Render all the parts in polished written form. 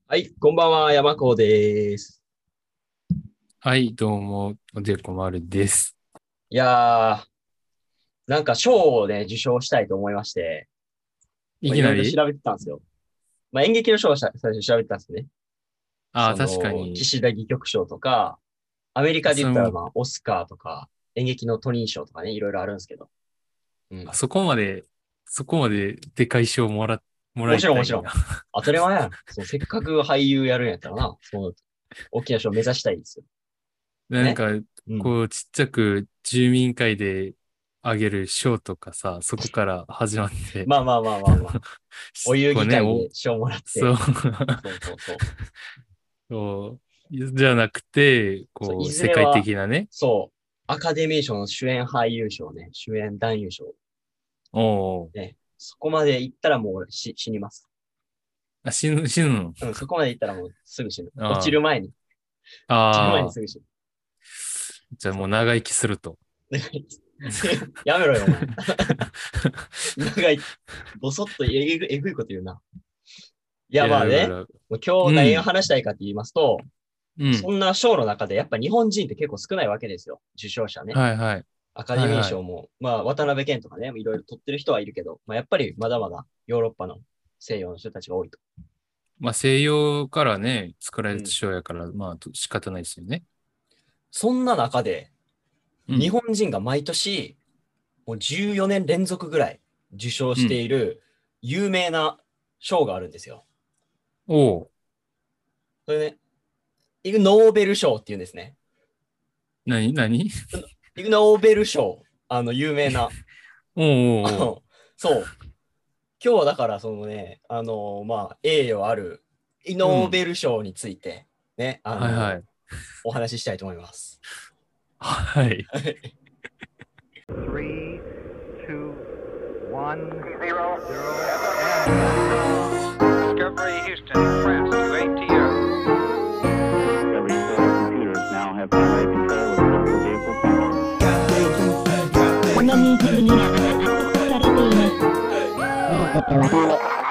はい、こんばんは、山子です。 はい、どうも、おでこまるです。 いやなんか賞をね、受賞したいと思いまして、 いきなり。 いろいろ調べてたんですよ。演劇の賞を最初調べてたんですね。 ああ、確かに。 岸田戯曲賞とか、アメリカで言ったら、 それも、 オスカーとか、演劇のトニー賞とかね、いろいろあるんですけど。うん。 そこまで、そこまででかい賞もらもいたいんや。 ちろんもちろん。当たり前やん。せっかく俳優やるんやったらな、大きな賞を目指したいですよ。ね。 なんか、 うん。 こう、ちっちゃく住民会であげる賞とかさ、そこから始まって、 まあ。お遊こうね、 戯会で賞もらっそう、 て。そうそうそう。 そう、じゃなくて、 そう、いこう、世界ずれは、 的なね。 そう、アカデミー賞の主演俳優賞ね、主演男優賞おー、 ね、そこまで行ったらもう俺死にます。 死ぬの。 うん、そこまで行ったらもうすぐ死ぬ。 あ落ちる前にあ、 すぐ死ぬ。 じゃあもうそ長生きすると。 う。やめろよ、お前。長い、ぼそっとえぐいこと言うな。いや、 いや、 まあね、 だから、 もう今日何をうん、 話したいかって言いますと、 うん。 そんな賞の中でやっぱ日本人って結構少ないわけですよ。受賞者ね。 はいはい。 アカデはいはい。 ミー賞も、渡辺謙とかね、いろいろ取ってる人はいるけど、やっぱりまだまだヨーロッパの西洋の人たちが多いと。 まあ西洋からね、作られたうん。 賞やから、まあ仕方ないですよね。 そんな中で、 うん、 日本人が毎年、もう14年連続ぐらい受賞してうん。 いる有名な賞があるんですよ。 おう、 それね、イグ・ノーベル賞っていうんですね。 何イグ・ノーベル賞、有名な。 おうおうおう。 あの、そう。今日はだから、栄誉あるイうん。 ノーベル賞について、ね、 はいはい。 お話ししたいと思います。 はい。 Three, two, one, zero, and Discovery Houston, France to ATO. Every set of computers now have primary control of critical vehicle functions. このミュージックには圧迫されています。すべては誰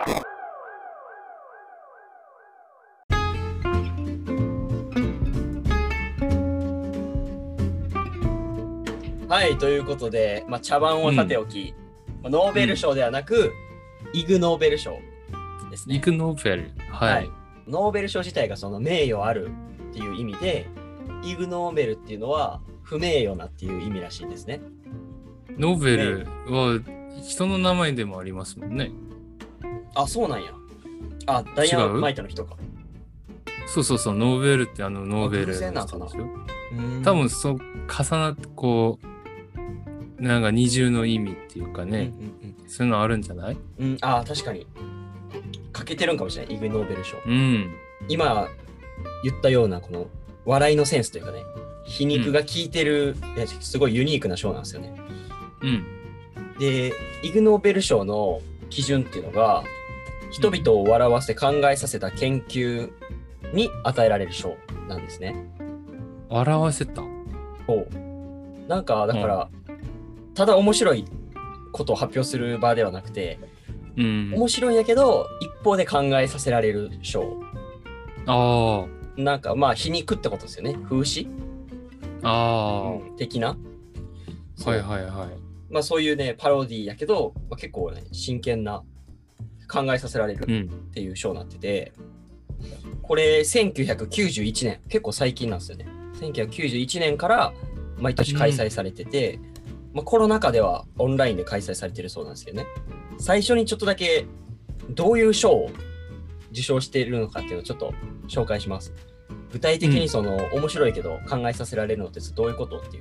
はい、ということで、茶番をさてうん、 おき、ノーうん。 ベル賞ではなく、イグ・ノーベル賞ですね。 イグノーベル。ははい。 い。 ノーベル賞自体がその名誉あるっていう意味で、イグ・ノーベルっていうのは不名誉なっていう意味らしいですね。 ノーベ名誉。 ルは人の名前でもありますもんね。 あ、そうなんや。あ、ダイ違アン・マイう。 タの人か。 そうそうそう、ノーベルってノあ、 ーベ偶ルの然なんかな。 人でしょ。 うーん。 多分そう、重なって、こう、なんか二重の意味っていうかうんね、そういうのあるんじゃない？ うんうん。うん、あ、確かに。欠けてるんかもしれない。イグ・ノーベル賞。 うん。 今言ったようなこの笑いのセンスというかね、皮うん。 肉が効いてる、すごいユニークな賞なんですよね。 うん。 で、イグ・ノーベル賞の基準っていうのが、人々を笑わせ考えさせた研究に与えられる賞なんですね。 笑わせた。 ほう。なんか、だうん。 から、ただ面白いことを発表する場ではなくて、 うん。 面白いんやけど、一方で考えさせられる賞。 あなんか、皮肉ってことですよね。風刺、 あ。ああ。 的な。 はいそう。 はいはい。 そういうね、パロディやけど、結構ね、真剣な考えさせられるうん。 っていう賞になってて、これ1991年、結構最近なんですよね。1991年から毎年開催されてて、コロナ禍ではオンラインで開催されてるそうなんですけどね。最初にちょっとだけどういう賞を受賞しているのかっていうのをちょっと紹介します。具体的にうん。 その面白いけど考えさせられるのってどういうことっていう。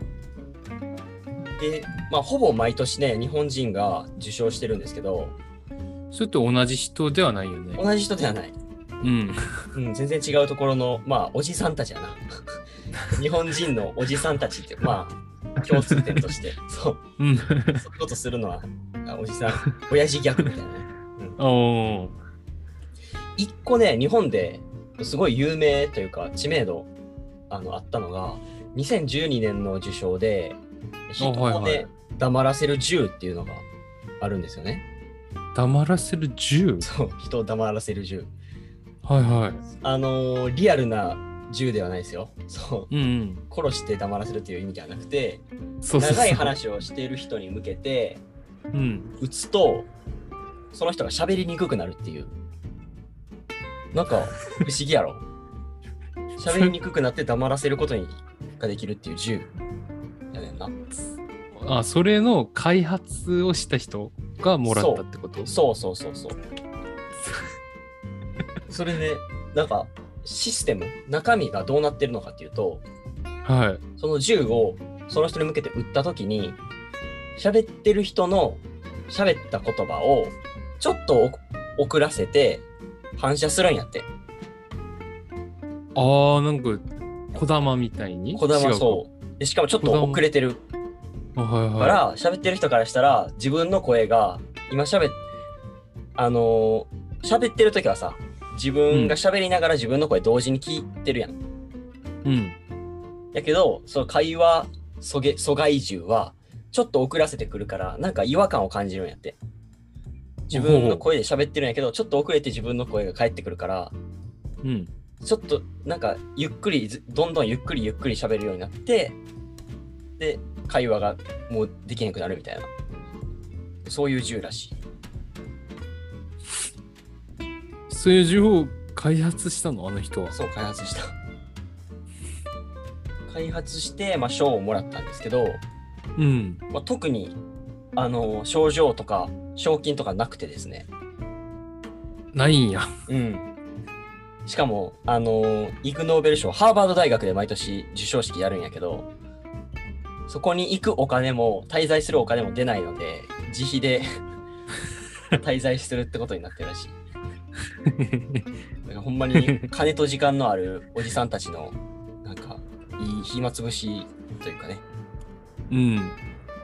で、ほぼ毎年ね、日本人が受賞してるんですけど、 それと同じ人ではないよね。 同じ人ではない。 うん。 うん、全然違うところの、おじさんたちやな。日本人のおじさんたちって、共通点として、そう、 うん。 そういうことするのは、おじさん、親父ギャグみたいなね。うん、 おー。 一個ね、日本ですごい有名というか、知名度あったのが、2012年の受賞で、 あ、 人をね、 はいはい。 黙らせる銃っていうのがあるんですよね。 黙らせる銃。 そう、人を黙らせる銃。 はいはい。 リアルな銃ではないですよ。そう。 うんうん。 殺して黙らせるという意味ではなくて、 そうそうそう。 長い話をしている人に向けてうん。 撃つと、その人が喋りにくくなるっていう。なんか不思議やろ。喋りにくくなって黙らせることができるっていう銃やねんな。 あ、それの開発をした人がもらったってこと？ そうそうそうそう。それで、なんかシステム、中身がどうなってるのかっていうと、 はい。 その銃をその人に向けて撃ったときに、喋ってる人の喋った言葉をちょっと遅らせて反射するんやって。 ああ、なんか、小玉みたいに小玉そうで。しかもちょっと遅れてるう。はいはい。 から喋ってる人からしたら自分の声が今喋ってる時はさ、自分が喋りながら自分の声同時に聞いてるやん。 うん。 やけどその会話阻害銃はちょっと遅らせてくるからなんか違和感を感じるんやって。自分の声で喋ってるんやけどちょっと遅れて自分の声が返ってくるから、 うん。 ちょっとなんかゆっくりどんどんゆっくり喋るようになって、で会話がもうできなくなるみたいな、そういう銃らしい。 そういう銃を開発したの、あの人は。 そう、開発した。開発して、まあ、賞をもらったんですけど、 うん。 まあ、特に賞状とか賞金とかなくてですね。 ないんや。 うん。しかもイグ・ノーベル賞、ハーバード大学で毎年授賞式やるんやけど、そこに行くお金も滞在するお金も出ないので自費で滞在するってことになってるらしい。だからほんまに金と時間のあるおじさんたちのなんかいい暇つぶしというかね。 うん。うん。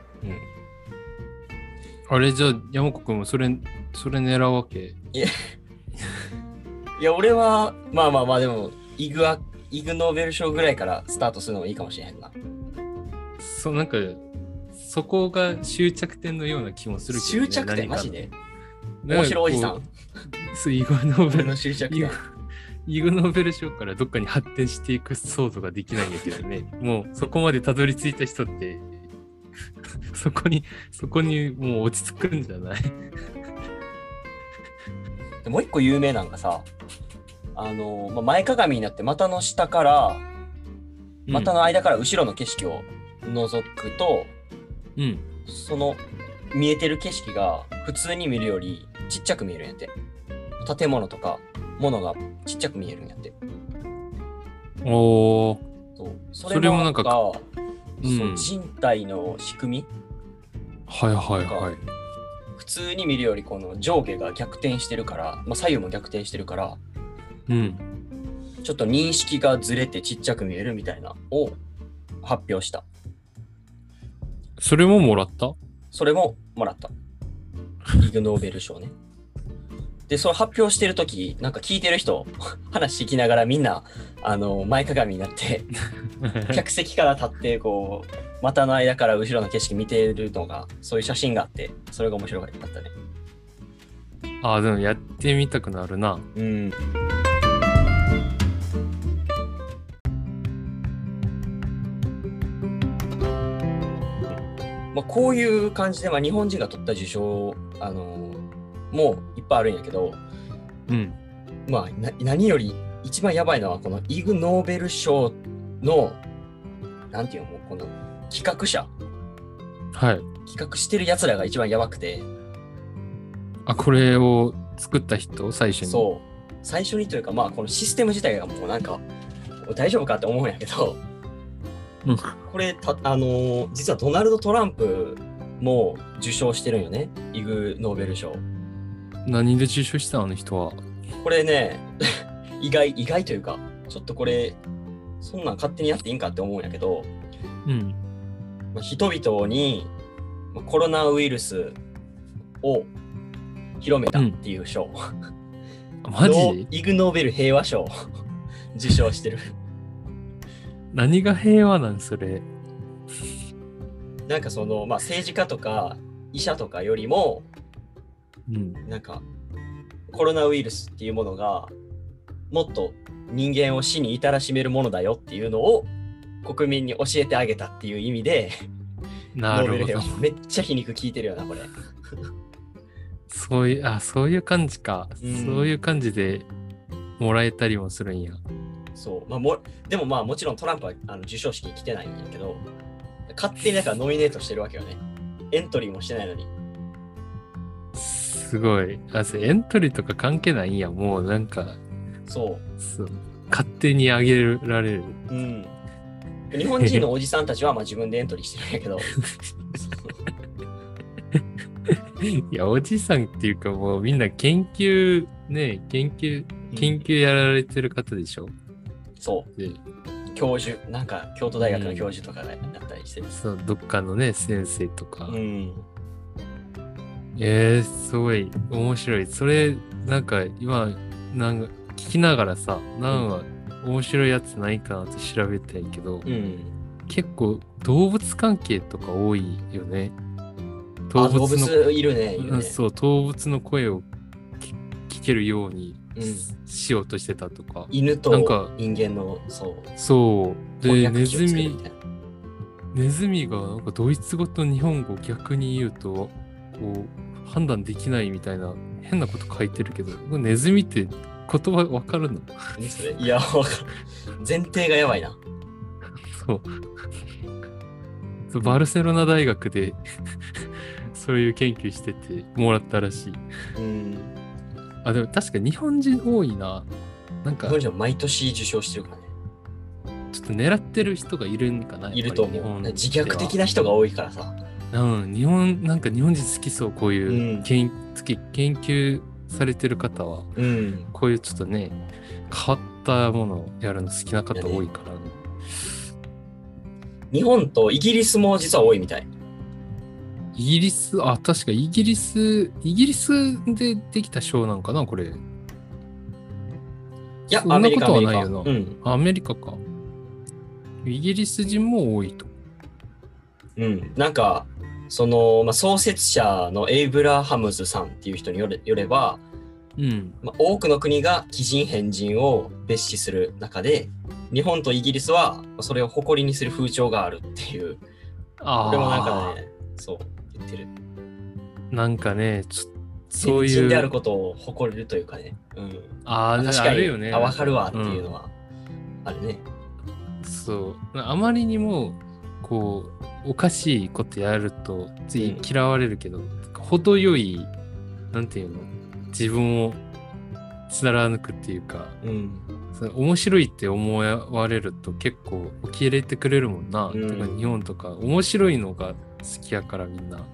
あれじゃあ山子くんもそれ狙うわけ？ いや俺はまあでもイグ・ノーベル賞ぐらいからスタートするのもいいかもしれへんな。 そう、なんかそこが終着点のような気もするけどね。 終着点マジで面白おじさん。 そう、イグ・ノーベルの終着点。 イグ・ノーベル賞からどっかに発展していく想像ができないんだけどね。もうそこまでたどり着いた人ってそこにもう落ち着くんじゃない？ でもう一個有名なんがさ、前かがみになって股の下から股の間から後ろの景色を覗くと、 うん、 その見えてる景色が普通に見るよりちっちゃく見えるんやって。建物とか物がちっちゃく見えるんやって。 おー。 そう。それもなんかうん、 そう人体の仕組み。 はいはいはい。 普通に見るよりこの上下が逆転してるから、まあ、左右も逆転してるから、 うん、 ちょっと認識がずれてちっちゃく見えるみたいなを発表した。 それももらった？ それももらった。イグ・ノーベル賞ね。で、それ発表してるとき、なんか聞いてる人、話聞きながらみんな、前かがみになって、客席から立って、こう、股の間から後ろの景色見てるのが、そういう写真があって、それが面白かったね。 ああ、でもやってみたくなるな。 うん。まあ、こういう感じで、まあ、日本人が取った受賞、もういっぱいあるんやけど、 うん。 まあ、何より一番やばいのは、このイグ・ノーベル賞の、なんていうの、もうこの企画者。 はい。 企画してる奴らが一番やばくて。 あ、これを作った人、最初に。 そう。最初にというか、まあ、このシステム自体がもうなんか、大丈夫かって思うんやけど、 うん、 これ実はドナルド・トランプも受賞してるんよね、イグ・ノーベル賞。 何で受賞したあの人は？ これね、意外というか、ちょっとこれ、そんなん勝手にやっていいんかって思うんやけど、 うん。 人々にコロナウイルスを広めたっていう賞。 マジ？ イグ・ノーベル平和賞受賞してる。 何が平和なんそれ？ なんか政治家とか医者とかよりも、 うん、 なんかコロナウイルスっていうものがもっと人間を死に至らしめるものだよっていうのを国民に教えてあげたっていう意味で、 なるほどノーベル平。和めっちゃ皮肉効いてるよな、これ。 そういう感じか。 うんそういう感じでもらえたりもするんや。 そう。でももちろんトランプは授賞式に来てないんやけど、勝手にだからノミネートしてるわけよね。エントリーもしてないのに。 すごい。それエントリーとか関係ないんや。もうなんか、 そう。 勝手にあげられる。 うん。日本人のおじさんたちは自分でエントリーしてるんやけど。 いや、おじさんっていうかもうみんな研究やられてる方でしょ。 そうで、 教授、なんか京都大学の教授とかがやったりしてる。 そうどっかのね先生とか。 うん。 すごい面白い。それなんか今なんか聞きながらさ、なんか面白いやつないかなって調べたんやけど、 うん。 結構動物関係とか多いよね。 動物いるね。 そう動物の声を聞けるようにうんしようとしてたとか。 犬となんか人間の、そう。 そうで翻訳機をつけるみたいなネズミがなんかドイツ語と日本語を逆に言うとこう判断できないみたいな変なこと書いてるけど、ネズミって言葉わかるの？ 何それいや、わかる。前提がやばいな。 そうバルセロナ大学でそういう研究しててもらったらしい。 うん。 でも確か日本人多いな。なんか日本人は毎年受賞してるからね。 ちょっと狙ってる人がいるんかな。 いると思う。 やっぱり日本では自虐的な人が多いからさ。 日本人好きそう。こういう研究されてる方は、 うん。 こういうちょっとね変わったものをやるの好きな方多いから、ね、 日本とイギリスも実は多いみたい。 イギリス、確かイギリスでできた賞なんかな、これ。 いや、 そんなことはないよな。 うん。 アメリカか。イギリス人も多いと。 うん。なんか、創設者のエイブラハムズさんっていう人によれば、 うん。 多くの国が奇人変人を蔑視する中で、日本とイギリスはそれを誇りにする風潮があるっていう。これもなんかね、そう言ってる。 なんかね、そういう。 変人であることを誇れるというかね。うん。 確かにあるよね。 わかるわっていうのは、あるね。 そう。あまりにも、こう、おかしいことやると、つい嫌われるけど、程よい、なんていうの、自分を貫くっていうか、面白いって思われると結構受け入れてくれるもんな。てか日本とか面白いのが好きやからみんな。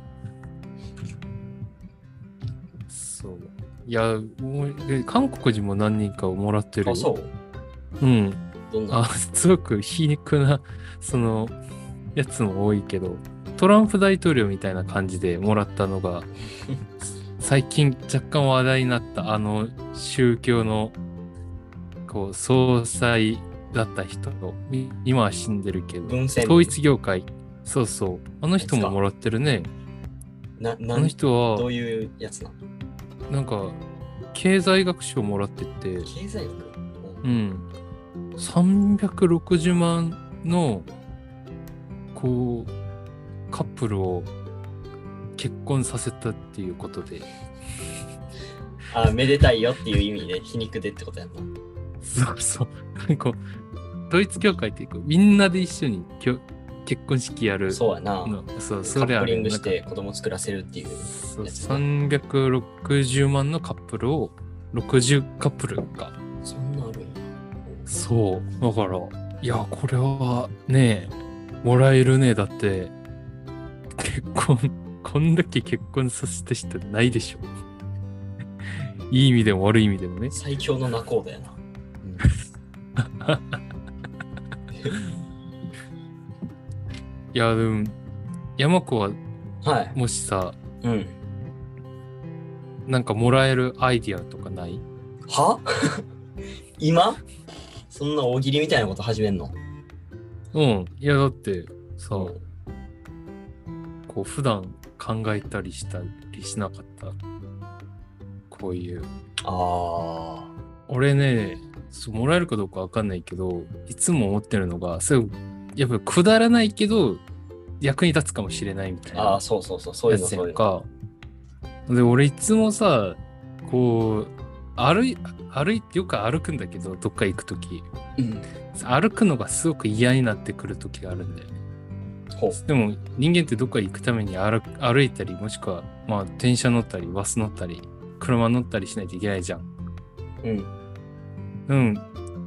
そう。いや、韓国人も何人かをもらってるよ。 そううん。 どんなすごく皮肉な、やつも多いけど、トランプ大統領みたいな感じでもらったのが、最近若干話題になった宗教のこう総裁だった人、今は死んでるけど、統一業界、そうそう、あの人ももらってるね。あの人はどういうやつなの？ なんか経済学賞もらってて、 経済学？ うん、360万のこうカップルを結婚させたっていうことでめでたいよっていう意味で皮肉でってことやんの？ そうそう。こうドイツ教会ってみんなで一緒に結婚式やる。 そうやな。 そう、 それカップリングして子供作らせるっていうやつ。 360万のカップルを60カップルか。 そんなあるんや。 そう。だから、いや、これはね、もらえるね。だって、こんだけ結婚させた人ないでしょ。いい意味でも悪い意味でもね。 最強の仲人やな。 いや、でも、山子は、 はい、 もしさ、 うん。 なんかもらえるアイディアとかない？ は今そんな大喜利みたいなこと始めんの？ うん。いや、だってさ、こう普段考えたりしたりしなかった。こういう。 俺ね、もらえるかどうかわかんないけど、いつも思ってるのが、やっぱくだらないけど、役に立つかもしれないみたいなそうそうそう、そういうの、 やつそういうの。 やんか。で、俺いつもさ、こう、よく歩くんだけど、どっか行くとき。 うん。 歩くのがすごく嫌になってくるときがあるんだよね。 ほう。 でも人間ってどっか行くために歩いたり、もしくは、まあ、電車乗ったり、バス乗ったり、車乗ったりしないといけないじゃん。 うん。 うん。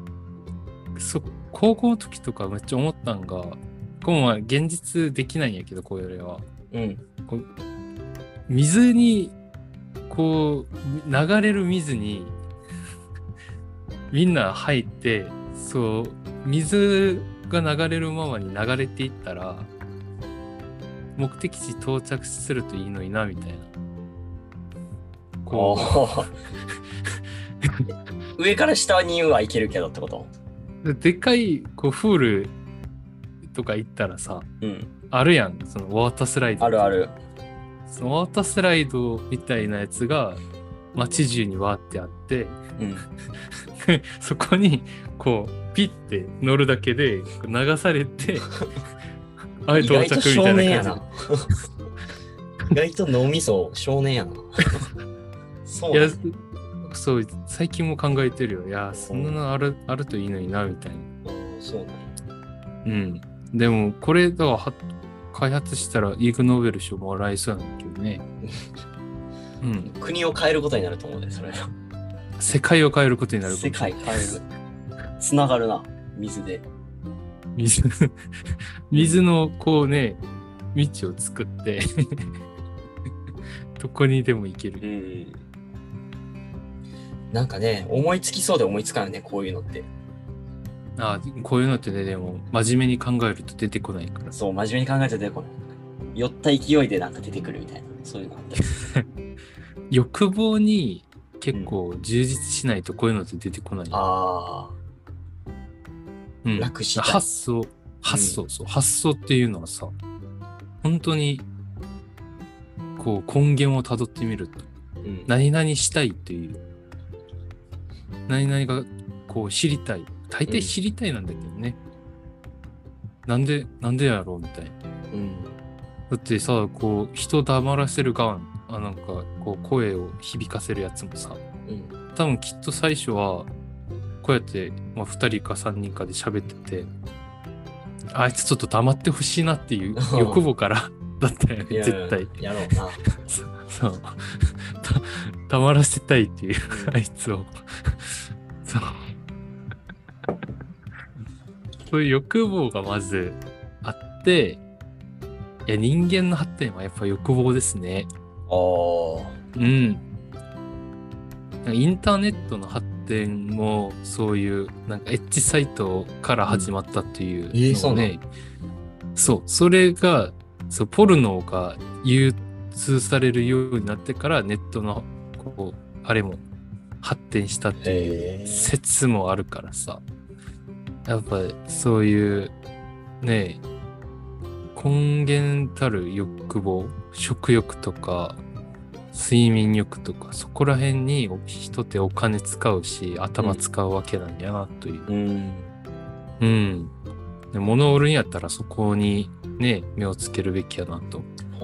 高校の時とかめっちゃ思ったんが、まあ現実できないんやけど、こういうのは。 うん。 水に、こう、流れる水に、みんな入って、そう、水が流れるままに流れていったら、目的地到着するといいのにな、みたいな。こ上から下にはいけるけどってこと？ でかい、プールとか行ったらさ、 うん。 あるやん、そのウォータースライド。 あるある。 そのウォータースライドみたいなやつが街中にわーってあって、 うん。 そこにピッて乗るだけで流されてあれ到着みたいな感意外と脳みそ少年やな。そうじ。いや、 なんだ。 そう、最近も考えてるよ。いや、そんなのあるといいのにな、みたいな。 そうなんや。 うん。でも、これ、だから開発したらイグ・ノーベル賞もらえそうなんだけどね。うん。 国を変えることになると思うね、それ。 世界を変えることになる。 世界変える。つながるな、水で。 水の道を作ってどこにでも行ける。 うん。なんかね、思いつきそうで思いつかないね、こういうのって。 こういうのってね、でも真面目に考えると出てこないから。 そう、真面目に考えて出てこない。酔った勢いでなんか出てくるみたいな、そういうのあったり。 欲望に結構充実しないとこういうのって出てこない。うん、 楽したい。 発想、そう。発想っていうのはさ、本当に根源をたどってみると、何々したいっていう、何々が知りたい。大体知りたいなんだけどね。なんでやろうみたいな。だってさ、人を黙らせる側、なんか声を響かせるやつもさ、多分きっと最初はこうやって、2人か3人かで喋ってて、あいつちょっと黙ってほしいなっていう欲望からだったよね、絶対。 やろうな。 そう。黙らせたいっていう、あいつを。そう。そういう欲望がまずあって、いや、人間の発展はやっぱ欲望ですね。うん。インターネットの発展もそういうなんかエッジサイトから始まったっていうのね。そう。それがポルノが流通されるようになってからネットのあれも発展したっていう説もあるからさ。やっぱそういうね、根源たる欲望、食欲とか睡眠欲とか、そこら辺に人ってお金使うし頭使うわけなんやなという。で物を売るんやったらそこにね目をつけるべきやなと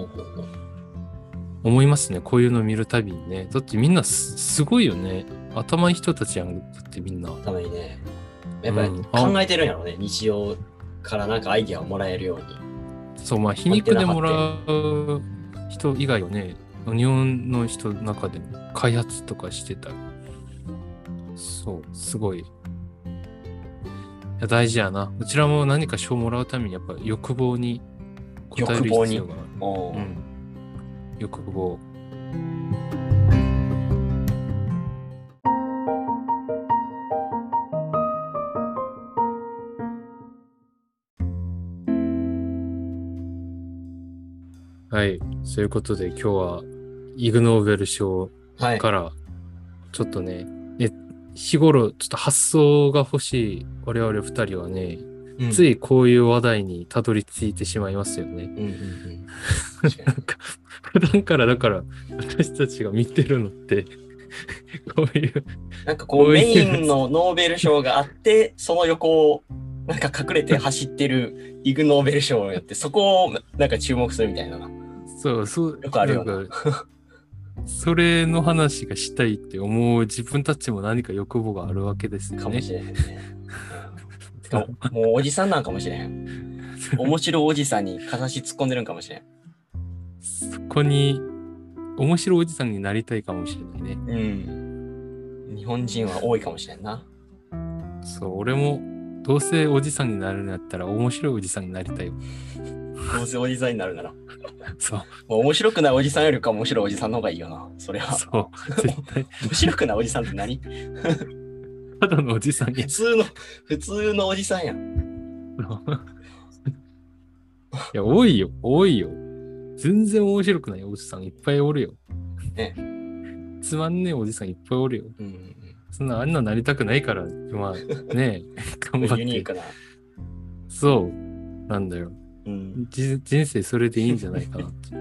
思いますね。こういうのを見るたびにね。だってみんなすごいよね。頭いい人たちやん。だってみんな。 頭いいね。やっぱり考えてるんやろね。日常からなんかアイディアをもらえるように。 そう、皮肉でもらう人以外はね、日本の人の中でも開発とかしてたり。そう、すごい。いや、大事やな。うちらも何か賞をもらうためにやっぱ欲望に応える必要がある。欲望。はい。そういうことで今日はイグ・ノーベル賞からちょっとね、日頃ちょっと発想が欲しい我々二人はね、ついこういう話題にたどり着いてしまいますよね。なんか普段からだから私たちが見てるのってこういう、 なんかこうメインのノーベル賞があって、その横をなんか隠れて走ってるイグノーベル賞をやって、そこをなんか注目するみたいな。 そう、 よくあるよななんかそれの話がしたいって思う自分たちも何か欲望があるわけですよね。 かもしれへんね。てかもうおじさんなんかもしれへん。面白いおじさんに片足突っ込んでるんかもしれん。 そこに面白いおじさんになりたいかもしれないね。 うん。日本人は多いかもしれんな。 そう、俺もどうせおじさんになるんやったら面白いおじさんになりたいよ。 どうせおじさんになるなら。 そう、 もう面白くないおじさんよりか面白いおじさんの方がいいよな。それは。 そう、絶対、 面白くないおじさんって何？ ただのおじさんや。 普通のおじさんやん。 いや、多いよ。全然面白くないおじさんいっぱいおるよ。 ね。 つまんねえおじさんいっぱいおるよ。 うんうんそんなあんななりたくないから、今、ね頑張って。 ユニークな。 そう、なんだよ。 うん。 人生それでいいんじゃないかなって。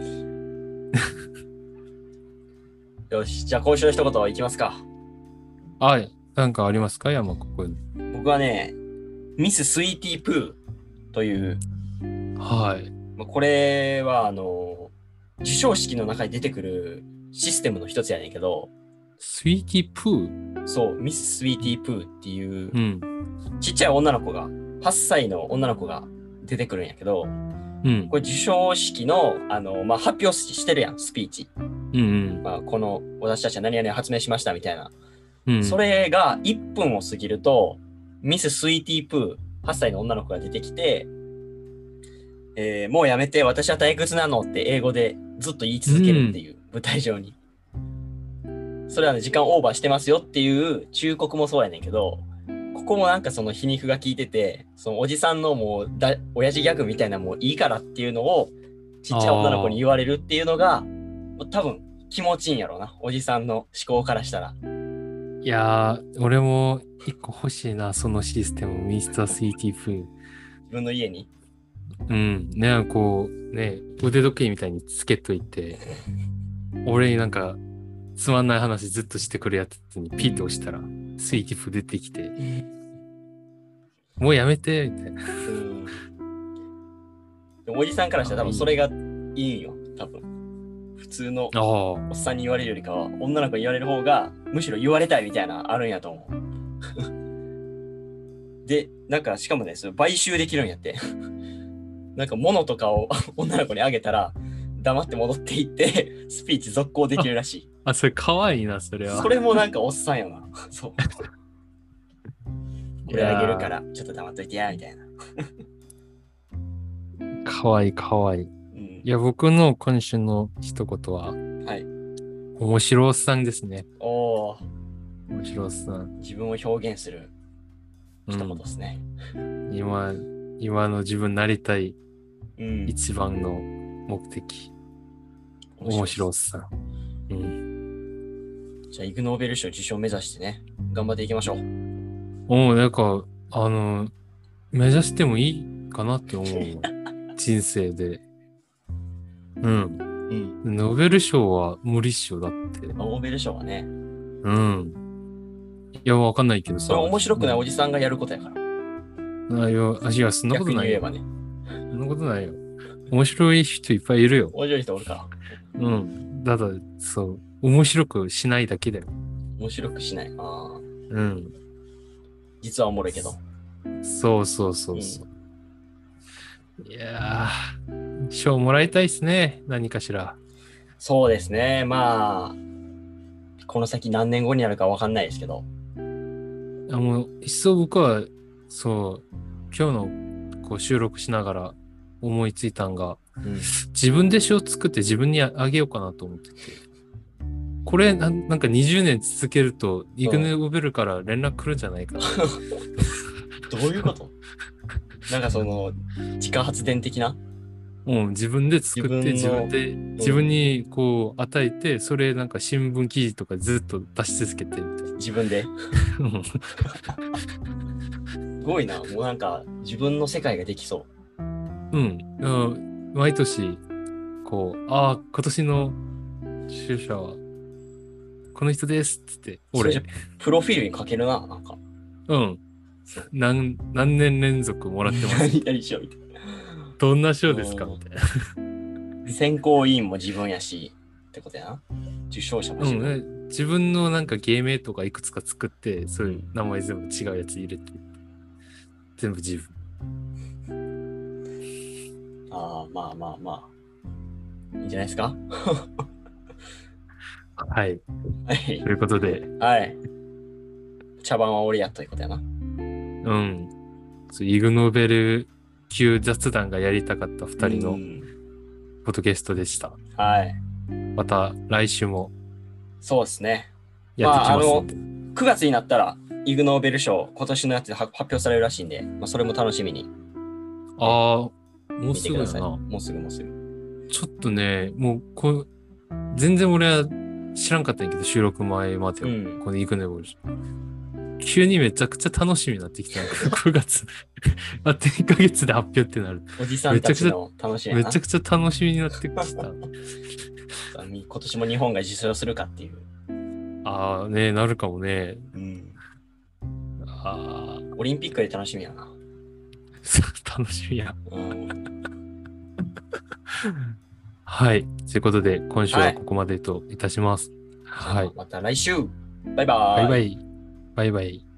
よし、じゃあ今週の一言いきますか。 あ、なんかありますか山ここに。 僕はね、ミス・スイーティー・プーという、 はい。 これは授賞式の中に出てくるシステムの一つやねんけど、 スイーティープーそう、ミス・スイーティー・プーっていううん。 ちっちゃい女の子が、8歳の女の子が出てくるんやけど、 うん。 これ授賞式の、発表してるやん、スピーチ。 うんこの、私たちは何々を発明しましたみたいな。 うん。うん。 それが1分を過ぎると、ミス・スイーティー・プー、8歳の女の子が出てきて、もうやめて、私は退屈なのって英語でずっと言い続けるっていう舞台上に。それはね、時間オーバーしてますよっていう忠告もそうやねんけど、ここもなんかその皮肉が効いてて、そのおじさんのもう親父ギャグみたいなもういいからっていうのをちっちゃい女の子に言われるっていうのが、多分気持ちいいんやろうな。おじさんの思考からしたら。 いやー、俺も一個欲しいな、そのシステム、ミスタースイーティープー。 自分の家に。 うん。ね、こう、ね、腕時計みたいにつけといて、俺になんか、つまんない話ずっとしてくるやつにピーと押したら、スイーティープー出てきて、もうやめて、みたいな。 でもおじさんからしたら多分それがいいんよ。多分。普通のああ。 おっさんに言われるよりかは、女の子に言われる方が、むしろ言われたいみたいなあるんやと思う。で、なんかしかもね、それ買収できるんやって。なんか物とかを女の子にあげたら、黙って戻っていって、スピーチ続行できるらしい。 あ、それかわいいな、それは。 それもなんかおっさんよな。そう。これあげるから、ちょっと黙っといてや、みたいな。 かわいい、かわいい。 うんいや、僕の今週の一言は、 はい。 面白おっさんですね。 おー、 面白おっさん。 自分を表現する一言ですね。 今の自分なりたいうん。 一番の目的。面白おっさん。うん。 じゃあ、イグノーベル賞受賞目指してね、頑張っていきましょう。 なんか、目指してもいいかなって思う。人生で。うん。 うん。 ノーベル賞は無理っしょ、だって。 ノーベル賞はね、 うん。いや、わかんないけどさ。 それ面白くないおじさんがやることやから。 いや、そんなことないよ。 逆に言えばね。 そんなことないよ。面白い人いっぱいいるよ。 面白い人おるから。 うん。ただ、そう。面白くしないだけだよ。 面白くしない。ああ。 うん。 実はおもろいけど。 そうそうそうそう。いやー、賞もらいたいっすね。何かしら。 そうですね。まあ、この先何年後になるかわかんないですけど。 もう、一層僕は、そう、今日のこう収録しながら思いついたんが、 うん。 自分で詩を作って自分にあげようかなと思ってて。これなんか20年続けると、イグノーベルから連絡来るんじゃないかな。 どういうことなんかその、自家発電的なもう自分で作って自分にこう与えて、それなんか新聞記事とかずっと出し続けてみたいな。 自分で。すごいな。もうなんか自分の世界ができそ毎年、こう、今年の出社は、ここの人ですっつって、俺それじゃ、プロフィールに書けるな、なんか。 うん。何年連続もらってます。 何々賞みたいどんな賞ですかうんみたいな。 な。選考委員も自分やし、ってことやな。受賞者も自分。 うんね、自分のなんか芸名とかいくつか作って、そういう名前全部違うやつ入れて、全部自分。 ああ、まあまあまあ。いいんじゃないですか。 はい。 はいと。いうことで、 はい。茶番は俺やということやな。 うん。そうイグノーベル級雑談がやりたかった2人のうんポッドキャストでした。 はい。 また来週もそうですね。 やってきますんで。 9月になったら、イグノーベル賞、今年のやつで発表されるらしいんで、まあ、それも楽しみにああ、もう見てください。 すぐだな。 もうすぐもうすぐ。 ちょっとね、もう全然俺は知らんかったんやけど、収録前までは、 うんこのイグノーベル賞。急にめちゃくちゃ楽しみになってきた。9月。あと1ヶ月で発表ってなる。 おじさんたちの楽しみやな。 めちゃくちゃ楽しみになってきた。 今年も日本が受賞するかっていう。 ああ、ね、なるかもね。 うん、 ああ、 オリンピックで楽しみやな。 楽しみや。 うん、 はい。ということで、今週はここまでといたします。はい。 また来週バイバーイバイバイ。バイバイ。